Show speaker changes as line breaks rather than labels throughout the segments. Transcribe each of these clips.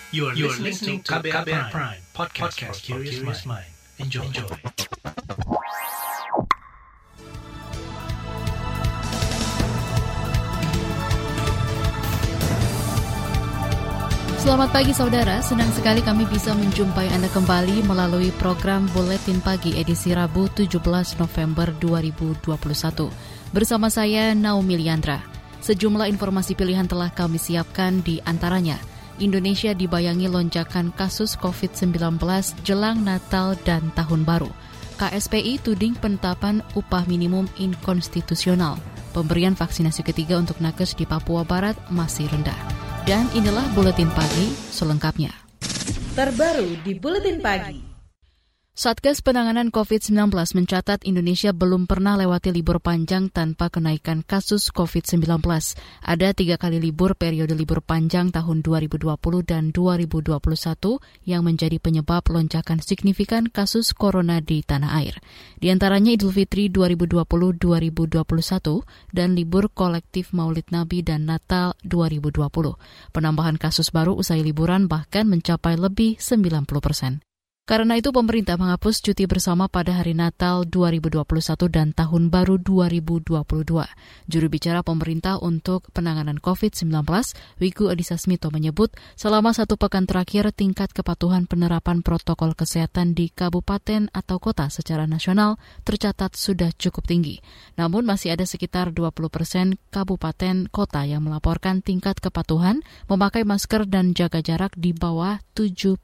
You are listening to KBR Prime, podcast for curious mind. Enjoy.
Selamat pagi saudara, senang sekali kami bisa menjumpai Anda kembali melalui program Buletin Pagi edisi Rabu 17 November 2021. Bersama saya Naomi Liandra. Sejumlah informasi pilihan telah kami siapkan, di antaranya Indonesia dibayangi lonjakan kasus COVID-19 jelang Natal dan Tahun Baru. KSPI tuding penetapan upah minimum inkonstitusional. Pemberian vaksinasi ketiga untuk nakes di Papua Barat masih rendah. Dan inilah Buletin Pagi selengkapnya.
Terbaru di Buletin Pagi.
Satgas Penanganan COVID-19 mencatat Indonesia belum pernah lewati libur panjang tanpa kenaikan kasus COVID-19. Ada 3 kali libur periode libur panjang tahun 2020 dan 2021 yang menjadi penyebab lonjakan signifikan kasus corona di tanah air. Di antaranya Idul Fitri 2020-2021 dan libur kolektif Maulid Nabi dan Natal 2020. Penambahan kasus baru usai liburan bahkan mencapai lebih 90%. Karena itu pemerintah menghapus cuti bersama pada hari Natal 2021 dan Tahun Baru 2022. Juru bicara pemerintah untuk penanganan COVID-19, Wiku Adhisa Smito menyebut selama 1 pekan terakhir tingkat kepatuhan penerapan protokol kesehatan di kabupaten atau kota secara nasional tercatat sudah cukup tinggi. Namun masih ada sekitar 20% kabupaten kota yang melaporkan tingkat kepatuhan memakai masker dan jaga jarak di bawah 75%.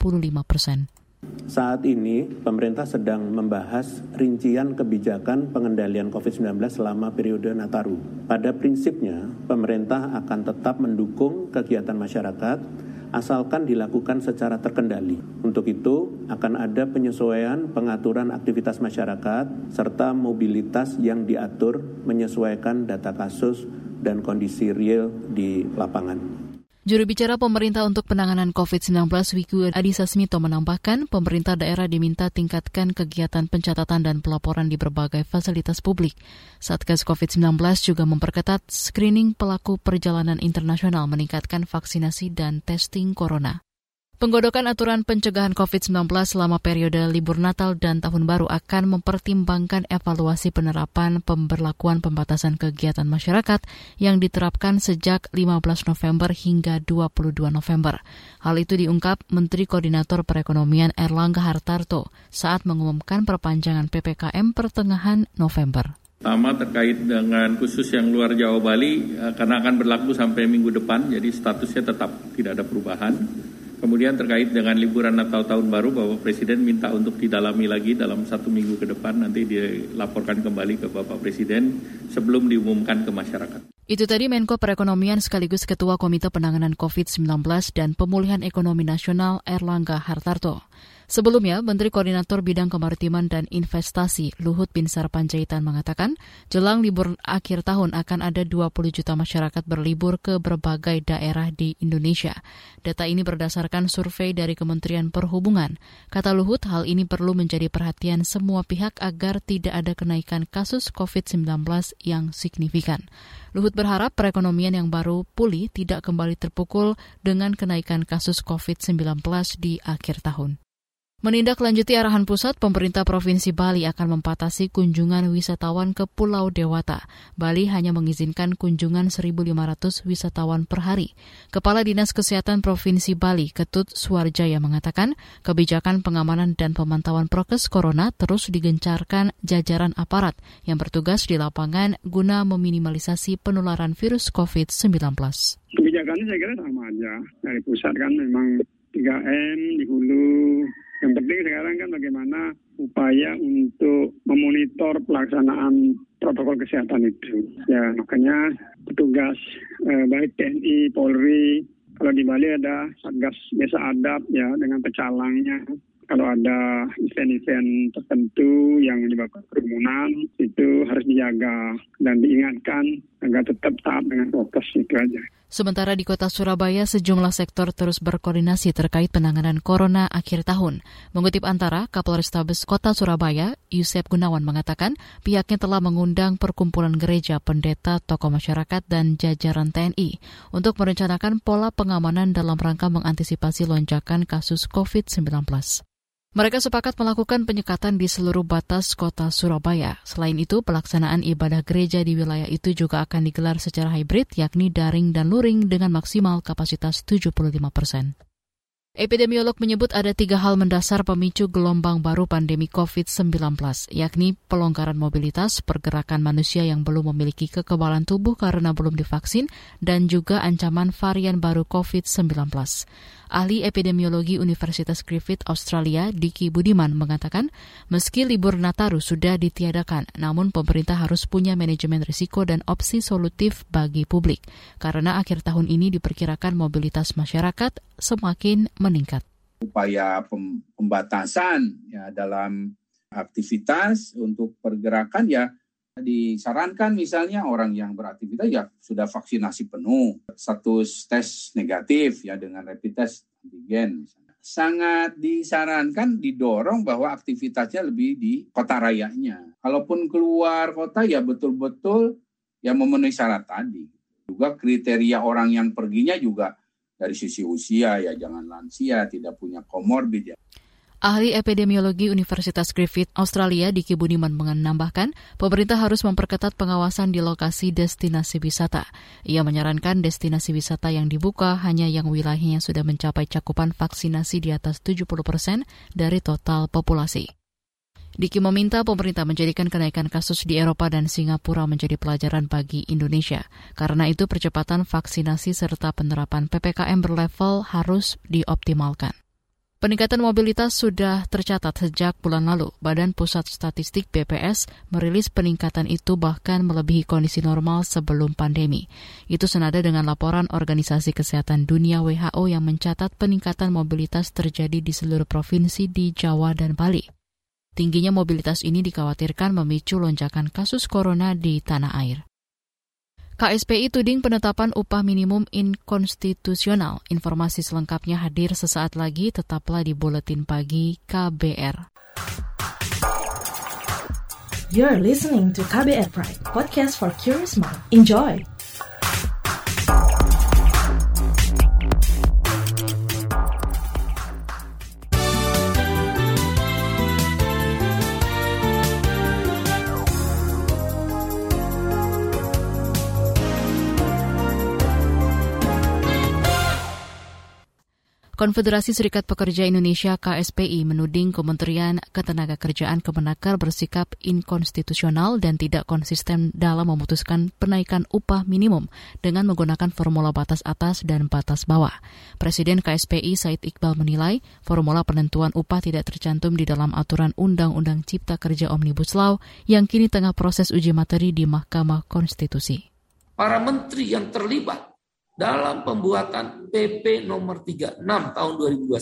Saat ini, pemerintah sedang membahas rincian kebijakan pengendalian COVID-19 selama periode Nataru. Pada prinsipnya, pemerintah akan tetap mendukung kegiatan masyarakat asalkan dilakukan secara terkendali. Untuk itu, akan ada penyesuaian pengaturan aktivitas masyarakat serta mobilitas yang diatur menyesuaikan data kasus dan kondisi real di lapangan.
Juru bicara pemerintah untuk penanganan COVID-19 Wiku Adhisa Smito menambahkan, pemerintah daerah diminta tingkatkan kegiatan pencatatan dan pelaporan di berbagai fasilitas publik. Satgas COVID-19 juga memperketat screening pelaku perjalanan internasional, meningkatkan vaksinasi dan testing corona. Penggodokan aturan pencegahan COVID-19 selama periode libur Natal dan Tahun Baru akan mempertimbangkan evaluasi penerapan pemberlakuan pembatasan kegiatan masyarakat yang diterapkan sejak 15 November hingga 22 November. Hal itu diungkap Menteri Koordinator Perekonomian Erlangga Hartarto saat mengumumkan perpanjangan PPKM pertengahan November.
Pertama terkait dengan khusus yang luar Jawa Bali, karena akan berlaku sampai minggu depan, jadi statusnya tetap tidak ada perubahan. Kemudian terkait dengan liburan Natal Tahun Baru, Bapak Presiden minta untuk didalami lagi dalam 1 minggu ke depan, nanti dilaporkan kembali ke Bapak Presiden sebelum diumumkan ke masyarakat.
Itu tadi Menko Perekonomian sekaligus Ketua Komite Penanganan COVID-19 dan Pemulihan Ekonomi Nasional Erlangga Hartarto. Sebelumnya, Menteri Koordinator Bidang Kemaritiman dan Investasi Luhut Binsar Panjaitan mengatakan, jelang libur akhir tahun akan ada 20 juta masyarakat berlibur ke berbagai daerah di Indonesia. Data ini berdasarkan survei dari Kementerian Perhubungan. Kata Luhut, hal ini perlu menjadi perhatian semua pihak agar tidak ada kenaikan kasus COVID-19 yang signifikan. Luhut berharap perekonomian yang baru pulih tidak kembali terpukul dengan kenaikan kasus COVID-19 di akhir tahun. Menindaklanjuti arahan pusat, pemerintah Provinsi Bali akan membatasi kunjungan wisatawan ke Pulau Dewata. Bali hanya mengizinkan kunjungan 1.500 wisatawan per hari. Kepala Dinas Kesehatan Provinsi Bali, Ketut Suarjaya mengatakan, kebijakan pengamanan dan pemantauan prokes corona terus digencarkan jajaran aparat yang bertugas di lapangan guna meminimalisasi penularan virus COVID-19.
Kebijakannya saya kira sama aja. Dari pusat kan memang 3M di hulu. Yang penting sekarang kan bagaimana upaya untuk memonitor pelaksanaan protokol kesehatan itu. Ya, makanya petugas baik TNI, Polri, kalau di Bali ada Satgas Desa Adat ya dengan pecalangnya. Kalau ada event-event tertentu yang menyebabkan kerumunan, itu harus dijaga dan diingatkan agar tetap taat dengan prokes itu aja.
Sementara di kota Surabaya, sejumlah sektor terus berkoordinasi terkait penanganan corona akhir tahun. Mengutip Antara, Kapolrestabes Kota Surabaya, Yusef Gunawan mengatakan pihaknya telah mengundang perkumpulan gereja, pendeta, tokoh masyarakat, dan jajaran TNI untuk merencanakan pola pengamanan dalam rangka mengantisipasi lonjakan kasus COVID-19. Mereka sepakat melakukan penyekatan di seluruh batas kota Surabaya. Selain itu, pelaksanaan ibadah gereja di wilayah itu juga akan digelar secara hibrid, yakni daring dan luring dengan maksimal kapasitas 75%. Epidemiolog menyebut ada 3 hal mendasar pemicu gelombang baru pandemi COVID-19, yakni pelonggaran mobilitas, pergerakan manusia yang belum memiliki kekebalan tubuh karena belum divaksin, dan juga ancaman varian baru COVID-19. Ahli epidemiologi Universitas Griffith Australia, Diki Budiman, mengatakan meski libur Nataru sudah ditiadakan, namun pemerintah harus punya manajemen risiko dan opsi solutif bagi publik, karena akhir tahun ini diperkirakan mobilitas masyarakat semakin meningkat.
Upaya pembatasan ya dalam aktivitas untuk pergerakan ya disarankan misalnya orang yang beraktivitas ya sudah vaksinasi penuh, status tes negatif ya dengan rapid test antigen misalnya. Sangat disarankan didorong bahwa aktivitasnya lebih di kota rayanya. Kalaupun keluar kota ya betul-betul ya memenuhi syarat tadi. Juga kriteria orang yang perginya juga dari sisi usia ya jangan lansia, tidak punya komorbid ya.
Ahli epidemiologi Universitas Griffith Australia, Diki Budiman, menambahkan pemerintah harus memperketat pengawasan di lokasi destinasi wisata. Ia menyarankan destinasi wisata yang dibuka hanya yang wilayahnya sudah mencapai cakupan vaksinasi di atas 70% dari total populasi. Diki meminta pemerintah menjadikan kenaikan kasus di Eropa dan Singapura menjadi pelajaran bagi Indonesia. Karena itu percepatan vaksinasi serta penerapan PPKM berlevel harus dioptimalkan. Peningkatan mobilitas sudah tercatat sejak bulan lalu. Badan Pusat Statistik BPS merilis peningkatan itu bahkan melebihi kondisi normal sebelum pandemi. Itu senada dengan laporan Organisasi Kesehatan Dunia WHO yang mencatat peningkatan mobilitas terjadi di seluruh provinsi di Jawa dan Bali. Tingginya mobilitas ini dikhawatirkan memicu lonjakan kasus corona di tanah air. KSPI tuding penetapan upah minimum inkonstitusional. Informasi selengkapnya hadir sesaat lagi, tetaplah di Buletin Pagi KBR.
You're listening to KBR Pride, podcast for curious mind. Enjoy!
Konfederasi Serikat Pekerja Indonesia KSPI menuding Kementerian Ketenagakerjaan Kemenaker bersikap inkonstitusional dan tidak konsisten dalam memutuskan penaikan upah minimum dengan menggunakan formula batas atas dan batas bawah. Presiden KSPI Said Iqbal menilai formula penentuan upah tidak tercantum di dalam aturan Undang-Undang Cipta Kerja Omnibus Law yang kini tengah proses uji materi di Mahkamah Konstitusi.
Para menteri yang terlibat dalam pembuatan PP nomor 36 tahun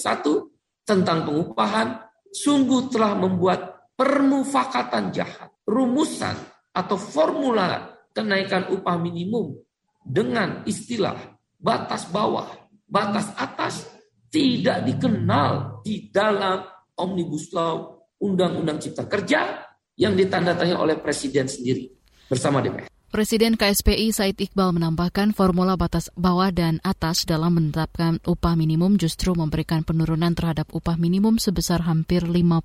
2021 tentang pengupahan sungguh telah membuat permufakatan jahat. Rumusan atau formula kenaikan upah minimum dengan istilah batas bawah, batas atas tidak dikenal di dalam Omnibus Law Undang-Undang Cipta Kerja yang ditandatangani oleh Presiden sendiri bersama DPR.
Presiden KSPI Said Iqbal menambahkan formula batas bawah dan atas dalam menetapkan upah minimum justru memberikan penurunan terhadap upah minimum sebesar hampir 50%.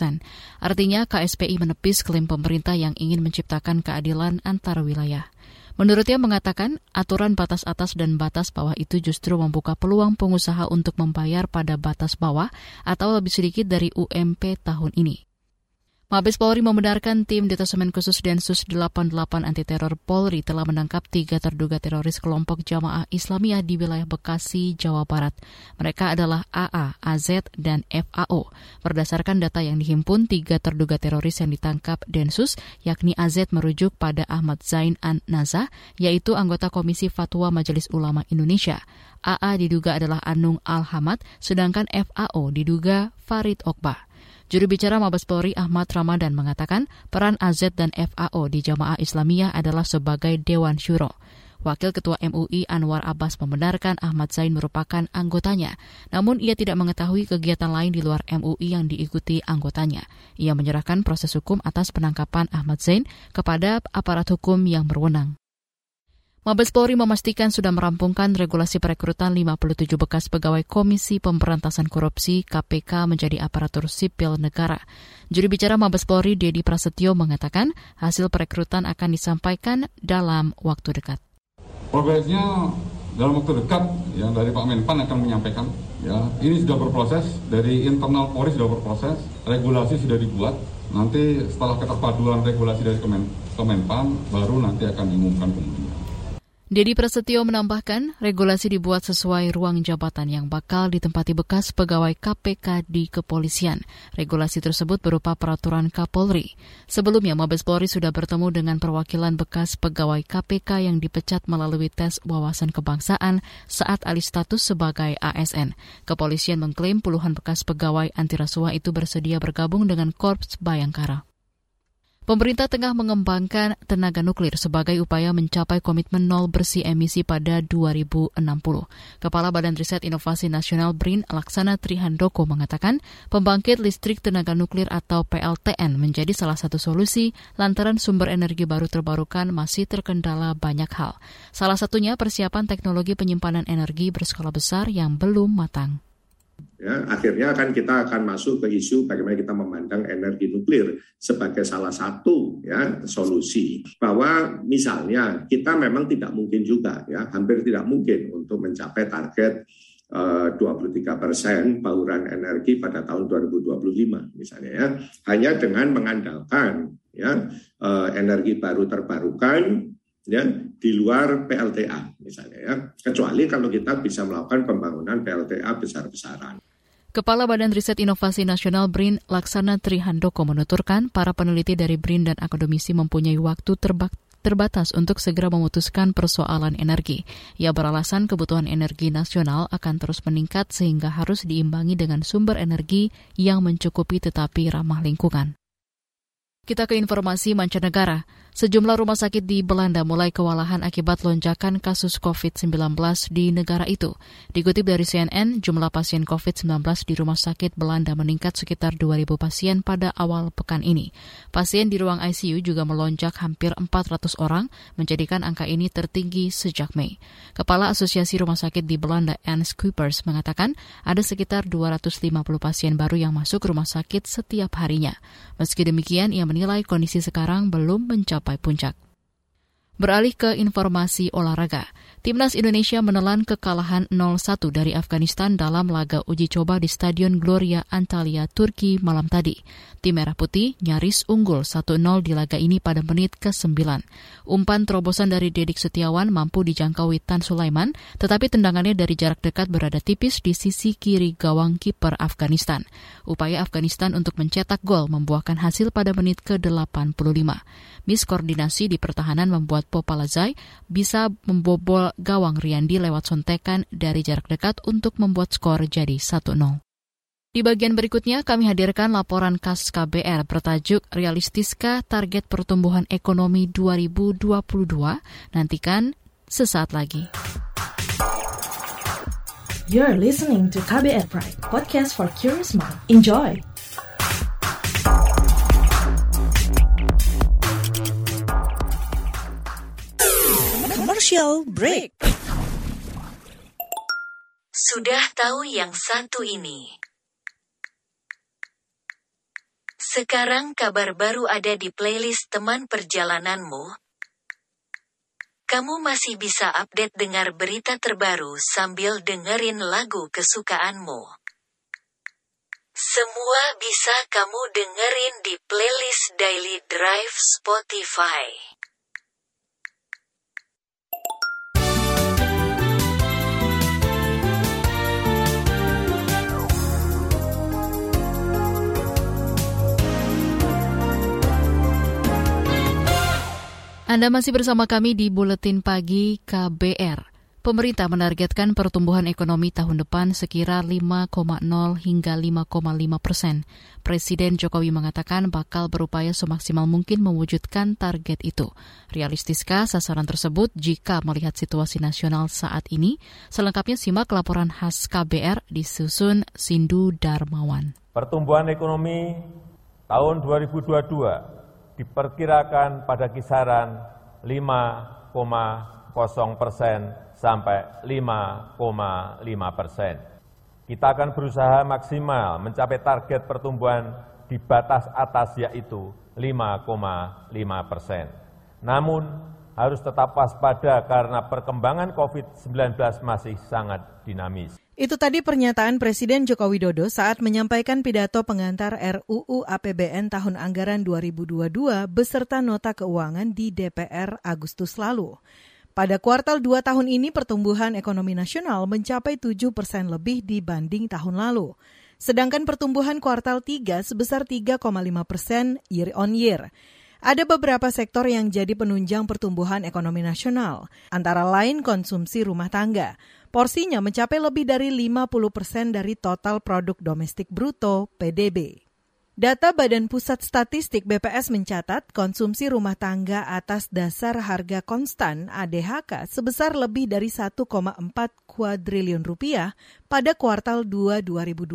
Artinya KSPI menepis klaim pemerintah yang ingin menciptakan keadilan antar wilayah. Menurutnya mengatakan aturan batas atas dan batas bawah itu justru membuka peluang pengusaha untuk membayar pada batas bawah atau lebih sedikit dari UMP tahun ini. Mabes Polri membenarkan tim Detasemen Khusus Densus 88 Anti Teror Polri telah menangkap 3 terduga teroris kelompok Jamaah Islamiyah di wilayah Bekasi, Jawa Barat. Mereka adalah AA, AZ, dan FAO. Berdasarkan data yang dihimpun, 3 terduga teroris yang ditangkap Densus, yakni AZ merujuk pada Ahmad Zain An-Nazah, yaitu anggota Komisi Fatwa Majelis Ulama Indonesia. AA diduga adalah Anung Al-Hamad, sedangkan FAO diduga Farid Okbah. Juru bicara Mabes Polri Ahmad Ramadan mengatakan peran AZ dan FAO di Jamaah Islamiyah adalah sebagai Dewan Syuro. Wakil Ketua MUI Anwar Abbas membenarkan Ahmad Zain merupakan anggotanya, namun ia tidak mengetahui kegiatan lain di luar MUI yang diikuti anggotanya. Ia menyerahkan proses hukum atas penangkapan Ahmad Zain kepada aparat hukum yang berwenang. Mabes Polri memastikan sudah merampungkan regulasi perekrutan 57 bekas pegawai Komisi Pemberantasan Korupsi KPK menjadi aparatur sipil negara. Juru bicara Mabes Polri Dedi Prasetyo mengatakan hasil perekrutan akan disampaikan dalam waktu dekat.
Progresnya dalam waktu dekat yang dari Pak Menpan akan menyampaikan. Ya, ini sudah berproses, dari internal Polri sudah berproses, regulasi sudah dibuat. Nanti setelah keterpaduan regulasi dari Kemenpan, baru nanti akan diumumkan kemudian.
Dedi Prasetyo menambahkan, regulasi dibuat sesuai ruang jabatan yang bakal ditempati bekas pegawai KPK di kepolisian. Regulasi tersebut berupa peraturan Kapolri. Sebelumnya, Mabes Polri sudah bertemu dengan perwakilan bekas pegawai KPK yang dipecat melalui tes wawasan kebangsaan saat alih status sebagai ASN. Kepolisian mengklaim puluhan bekas pegawai anti rasuah itu bersedia bergabung dengan Korps Bayangkara. Pemerintah tengah mengembangkan tenaga nuklir sebagai upaya mencapai komitmen nol bersih emisi pada 2060. Kepala Badan Riset Inovasi Nasional BRIN Laksana Trihandoko mengatakan pembangkit listrik tenaga nuklir atau PLTN menjadi salah satu solusi lantaran sumber energi baru terbarukan masih terkendala banyak hal. Salah satunya persiapan teknologi penyimpanan energi berskala besar yang belum matang.
Ya, akhirnya kita akan masuk ke isu bagaimana kita memandang energi nuklir sebagai salah satu solusi. Bahwa misalnya kita memang tidak mungkin juga, hampir tidak mungkin untuk mencapai target 23% bauran energi pada tahun 2025 misalnya hanya dengan mengandalkan energi baru terbarukan di luar PLTA misalnya kecuali kalau kita bisa melakukan pembangunan PLTA besar-besaran.
Kepala Badan Riset Inovasi Nasional BRIN Laksana Trihandoko menuturkan para peneliti dari BRIN dan akademisi mempunyai waktu terbatas untuk segera memutuskan persoalan energi. Ia beralasan kebutuhan energi nasional akan terus meningkat sehingga harus diimbangi dengan sumber energi yang mencukupi tetapi ramah lingkungan. Kita ke informasi mancanegara. Sejumlah rumah sakit di Belanda mulai kewalahan akibat lonjakan kasus COVID-19 di negara itu. Dikutip dari CNN, jumlah pasien COVID-19 di rumah sakit Belanda meningkat sekitar 2.000 pasien pada awal pekan ini. Pasien di ruang ICU juga melonjak hampir 400 orang, menjadikan angka ini tertinggi sejak Mei. Kepala Asosiasi Rumah Sakit di Belanda, Ernst Kuipers, mengatakan ada sekitar 250 pasien baru yang masuk rumah sakit setiap harinya. Meski demikian, ia menilai kondisi sekarang belum mencapai puncak. Beralih ke informasi olahraga, Timnas Indonesia menelan kekalahan 0-1 dari Afghanistan dalam laga uji coba di Stadion Gloria Antalya, Turki malam tadi. Tim Merah Putih nyaris unggul 1-0 di laga ini pada menit ke-9. Umpan terobosan dari Dedik Setiawan mampu dijangkau Witan Sulaiman, tetapi tendangannya dari jarak dekat berada tipis di sisi kiri gawang kiper Afghanistan. Upaya Afghanistan untuk mencetak gol membuahkan hasil pada menit ke-85. Miskoordinasi di pertahanan membuat Popalazai bisa membobol gawang Riyandi lewat sontekan dari jarak dekat untuk membuat skor jadi 1-0. Di bagian berikutnya kami hadirkan laporan khas KBR bertajuk Realistiskah Target Pertumbuhan Ekonomi 2022? Nantikan sesaat lagi.
You're listening to KBR Pride, podcast for curious mind. Enjoy!
Commercial break.
Sudah tahu yang satu ini? Sekarang kabar baru ada di playlist teman perjalananmu. Kamu masih bisa update dengar berita terbaru sambil dengerin lagu kesukaanmu. Semua bisa kamu dengerin di playlist Daily Drive Spotify.
Anda masih bersama kami di Buletin Pagi KBR. Pemerintah menargetkan pertumbuhan ekonomi tahun depan sekira 5,0 hingga 5,5%. Presiden Jokowi mengatakan bakal berupaya semaksimal mungkin mewujudkan target itu. Realistiskah sasaran tersebut jika melihat situasi nasional saat ini? Selengkapnya simak laporan khas KBR disusun Sindu Darmawan.
Pertumbuhan ekonomi tahun 2022 diperkirakan pada kisaran 5,0% sampai 5,5%. Kita akan berusaha maksimal mencapai target pertumbuhan di batas atas yaitu 5,5%. Namun harus tetap waspada karena perkembangan COVID-19 masih sangat dinamis.
Itu tadi pernyataan Presiden Joko Widodo saat menyampaikan pidato pengantar RUU APBN tahun anggaran 2022 beserta nota keuangan di DPR Agustus lalu. Pada kuartal 2 tahun ini pertumbuhan ekonomi nasional mencapai 7% lebih dibanding tahun lalu. Sedangkan pertumbuhan kuartal 3 sebesar 3,5% year on year. Ada beberapa sektor yang jadi penunjang pertumbuhan ekonomi nasional, antara lain konsumsi rumah tangga. Porsinya mencapai lebih dari 50% dari total produk domestik bruto (PDB). Data Badan Pusat Statistik BPS mencatat konsumsi rumah tangga atas dasar harga konstan ADHK sebesar lebih dari 1,4 kuadriliun rupiah pada kuartal 2 2021,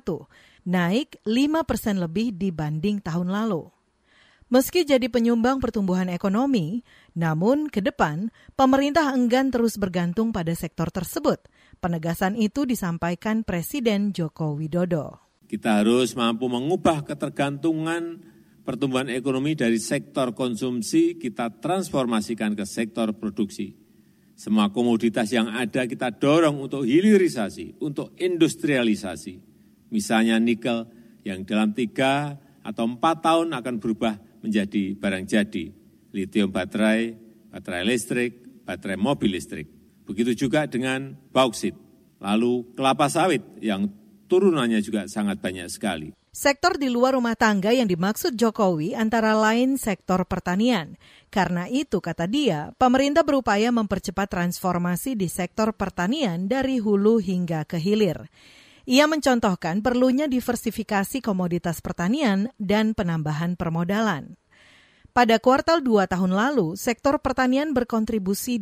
naik 5% lebih dibanding tahun lalu. Meski jadi penyumbang pertumbuhan ekonomi, namun ke depan pemerintah enggan terus bergantung pada sektor tersebut. Penegasan itu disampaikan Presiden Joko Widodo.
Kita harus mampu mengubah ketergantungan pertumbuhan ekonomi dari sektor konsumsi, kita transformasikan ke sektor produksi. Semua komoditas yang ada kita dorong untuk hilirisasi, untuk industrialisasi. Misalnya nikel yang dalam 3 atau 4 tahun akan berubah menjadi barang jadi. Lithium baterai, baterai listrik, baterai mobil listrik. Begitu juga dengan bauksit. Lalu kelapa sawit yang turunannya juga sangat banyak sekali.
Sektor di luar rumah tangga yang dimaksud Jokowi antara lain sektor pertanian. Karena itu, kata dia, pemerintah berupaya mempercepat transformasi di sektor pertanian dari hulu hingga ke hilir. Ia mencontohkan perlunya diversifikasi komoditas pertanian dan penambahan permodalan. Pada kuartal 2 tahun lalu, sektor pertanian berkontribusi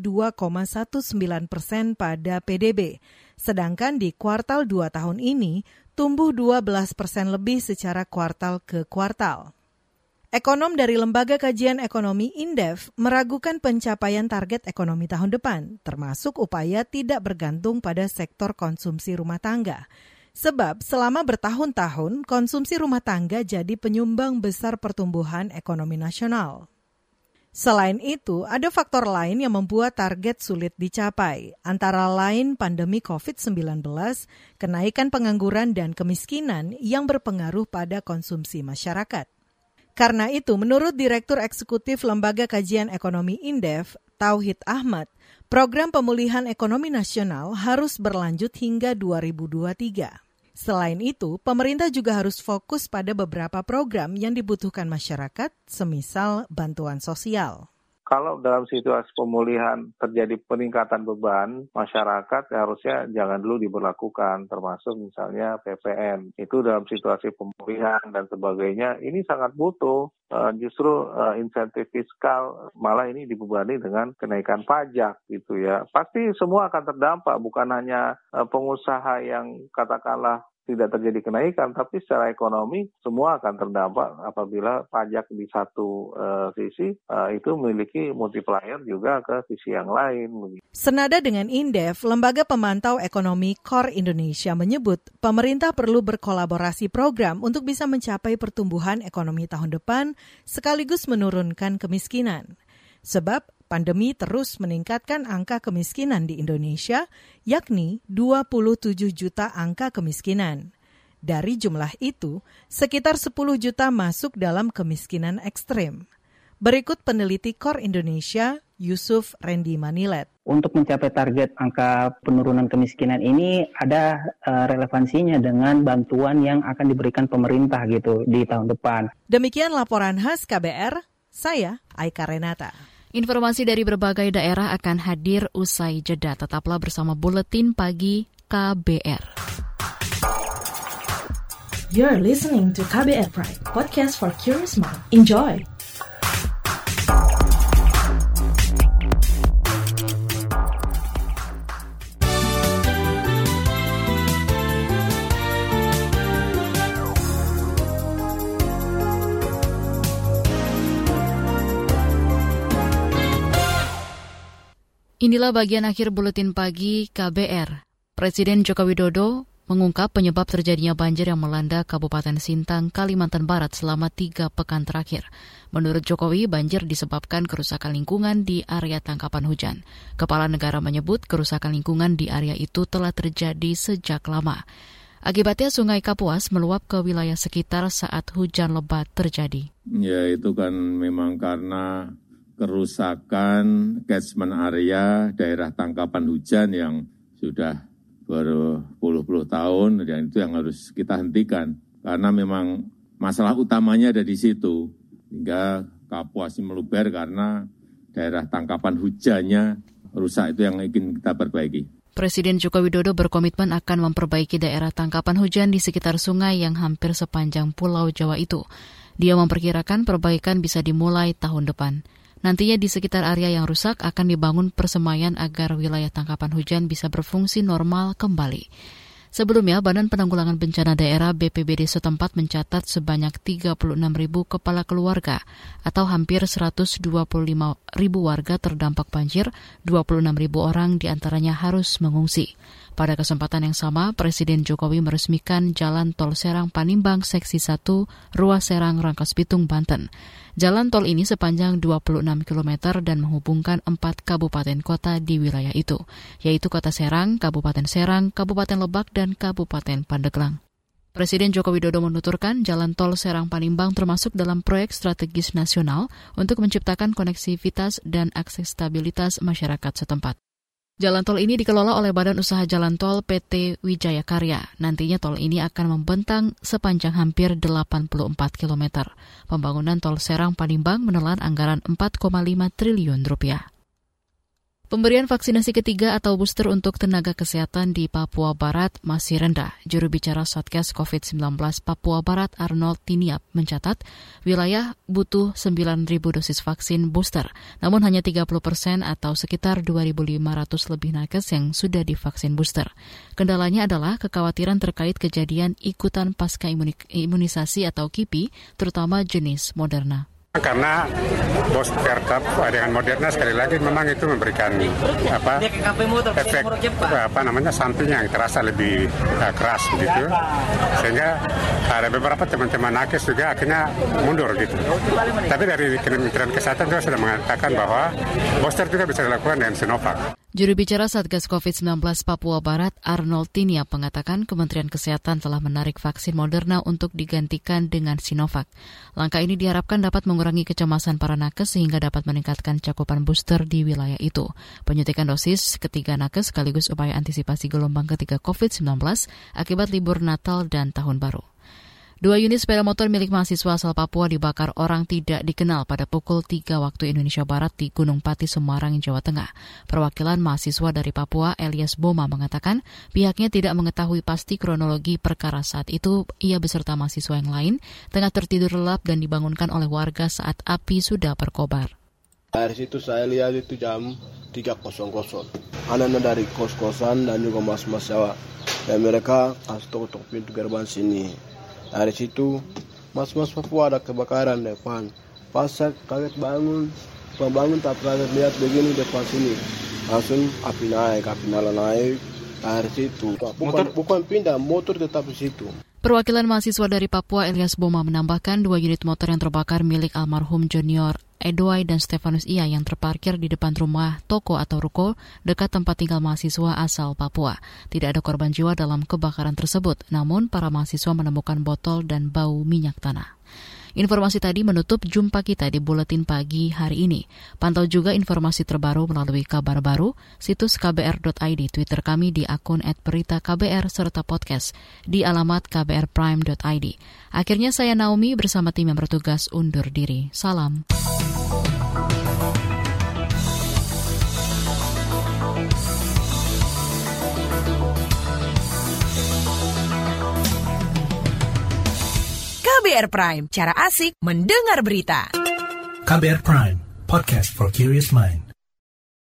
2,19% pada PDB. Sedangkan di kuartal 2 tahun ini tumbuh 12% lebih secara kuartal ke kuartal. Ekonom dari Lembaga Kajian Ekonomi Indef meragukan pencapaian target ekonomi tahun depan, termasuk upaya tidak bergantung pada sektor konsumsi rumah tangga. Sebab selama bertahun-tahun konsumsi rumah tangga jadi penyumbang besar pertumbuhan ekonomi nasional. Selain itu, ada faktor lain yang membuat target sulit dicapai, antara lain pandemi COVID-19, kenaikan pengangguran dan kemiskinan yang berpengaruh pada konsumsi masyarakat. Karena itu, menurut Direktur Eksekutif Lembaga Kajian Ekonomi Indef, Tauhid Ahmad, program pemulihan ekonomi nasional harus berlanjut hingga 2023. Selain itu, pemerintah juga harus fokus pada beberapa program yang dibutuhkan masyarakat, semisal bantuan sosial.
Kalau dalam situasi pemulihan terjadi peningkatan beban, masyarakat harusnya jangan dulu diberlakukan, termasuk misalnya PPN. Itu dalam situasi pemulihan dan sebagainya, ini sangat butuh. Justru insentif fiskal malah ini dibebani dengan kenaikan pajak gitu ya. Pasti semua akan terdampak, bukan hanya pengusaha yang katakanlah tidak terjadi kenaikan, tapi secara ekonomi semua akan terdampak apabila pajak di satu sisi itu memiliki multiplier juga ke sisi yang lain.
Senada dengan Indef, Lembaga Pemantau Ekonomi KOR Indonesia menyebut pemerintah perlu berkolaborasi program untuk bisa mencapai pertumbuhan ekonomi tahun depan sekaligus menurunkan kemiskinan. Sebab pandemi terus meningkatkan angka kemiskinan di Indonesia, yakni 27 juta angka kemiskinan. Dari jumlah itu, sekitar 10 juta masuk dalam kemiskinan ekstrem. Berikut peneliti KOR Indonesia, Yusuf Randy Manilet.
Untuk mencapai target angka penurunan kemiskinan ini ada relevansinya dengan bantuan yang akan diberikan pemerintah gitu di tahun depan.
Demikian laporan khas KBR, saya Aika Renata.
Informasi dari berbagai daerah akan hadir usai jeda. Tetaplah bersama Buletin Pagi KBR.
You're listening to KBR Pride, podcast for curious mind. Enjoy!
Inilah bagian akhir Buletin Pagi KBR. Presiden Joko Widodo mengungkap penyebab terjadinya banjir yang melanda Kabupaten Sintang, Kalimantan Barat selama 3 pekan terakhir. Menurut Jokowi, banjir disebabkan kerusakan lingkungan di area tangkapan hujan. Kepala negara menyebut kerusakan lingkungan di area itu telah terjadi sejak lama. Akibatnya Sungai Kapuas meluap ke wilayah sekitar saat hujan lebat terjadi.
Ya, itu kan memang karena kerusakan catchment area daerah tangkapan hujan yang sudah berpuluh-puluh tahun, dan itu yang harus kita hentikan. Karena memang masalah utamanya ada di situ, hingga Kapuas meluber karena daerah tangkapan hujannya rusak, itu yang ingin kita perbaiki.
Presiden Joko Widodo berkomitmen akan memperbaiki daerah tangkapan hujan di sekitar sungai yang hampir sepanjang Pulau Jawa itu. Dia memperkirakan perbaikan bisa dimulai tahun depan. Nantinya di sekitar area yang rusak akan dibangun persemaian agar wilayah tangkapan hujan bisa berfungsi normal kembali. Sebelumnya, Badan Penanggulangan Bencana Daerah BPBD setempat mencatat sebanyak 36.000 kepala keluarga atau hampir 125.000 warga terdampak banjir, 26.000 orang diantaranya harus mengungsi. Pada kesempatan yang sama, Presiden Jokowi meresmikan Jalan Tol Serang Panimbang Seksi 1, Ruas Serang Rangkas Bitung, Banten. Jalan tol ini sepanjang 26 km dan menghubungkan 4 kabupaten kota di wilayah itu, yaitu Kota Serang, Kabupaten Lebak, dan Kabupaten Pandeglang. Presiden Joko Widodo menuturkan Jalan Tol Serang Panimbang termasuk dalam proyek strategis nasional untuk menciptakan koneksivitas dan aksesibilitas masyarakat setempat. Jalan tol ini dikelola oleh Badan Usaha Jalan Tol PT Wijaya Karya. Nantinya tol ini akan membentang sepanjang hampir 84 km. Pembangunan tol Serang Panimbang menelan anggaran 4,5 triliun rupiah. Pemberian vaksinasi ketiga atau booster untuk tenaga kesehatan di Papua Barat masih rendah. Juru bicara Satgas COVID-19 Papua Barat Arnold Tiniap mencatat wilayah butuh 9.000 dosis vaksin booster, namun hanya 30% atau sekitar 2.500 lebih nakes yang sudah divaksin booster. Kendalanya adalah kekhawatiran terkait kejadian ikutan pasca imunisasi atau KIPI, terutama jenis Moderna.
Karena booster dengan Moderna sekali lagi memang itu memberikan efek samping yang terasa lebih keras gitu, sehingga ada beberapa teman-teman nakes juga akhirnya mundur gitu. Tapi dari Kementerian Kesehatan juga sudah mengatakan bahwa booster juga bisa dilakukan dengan Sinovac.
Juru bicara Satgas COVID-19 Papua Barat Arnold Tiniap mengatakan Kementerian Kesehatan telah menarik vaksin Moderna untuk digantikan dengan Sinovac. Langkah ini diharapkan dapat mengurangi kecemasan para nakes sehingga dapat meningkatkan cakupan booster di wilayah itu. Penyuntikan dosis ketiga nakes sekaligus upaya antisipasi gelombang ketiga COVID-19 akibat libur Natal dan Tahun Baru. 2 unit sepeda motor milik mahasiswa asal Papua dibakar orang tidak dikenal pada pukul 3 waktu Indonesia Barat di Gunung Pati, Semarang, Jawa Tengah. Perwakilan mahasiswa dari Papua, Elias Boma, mengatakan pihaknya tidak mengetahui pasti kronologi perkara saat itu. Ia beserta mahasiswa yang lain tengah tertidur lelap dan dibangunkan oleh warga saat api sudah berkobar.
Dari situ saya lihat itu jam 3.00. Anak-anak dari kos-kosan dan juga mas-mas Jawa. Dan mereka kasih ketuk pintu gerbang sini. Dari situ, mas-mas Papua ada kebakaran depan. Pas saya kaget bangun, pembangun tak pernah lihat begini depan sini. Langsung api nyala naik. Dari situ, bukan pindah, motor tetap di situ.
Perwakilan mahasiswa dari Papua, Elias Boma, menambahkan 2 unit motor yang terbakar milik almarhum Junior Edwai dan Stefanus Ia yang terparkir di depan rumah toko atau ruko dekat tempat tinggal mahasiswa asal Papua. Tidak ada korban jiwa dalam kebakaran tersebut, namun para mahasiswa menemukan botol dan bau minyak tanah. Informasi tadi menutup jumpa kita di Buletin Pagi hari ini. Pantau juga informasi terbaru melalui kabar baru, situs kbr.id, Twitter kami di akun @beritaKBR, serta podcast di alamat kbrprime.id. Akhirnya saya Naomi bersama tim yang bertugas undur diri. Salam.
KBR Prime, cara asik mendengar berita.
KBR Prime, podcast for curious mind.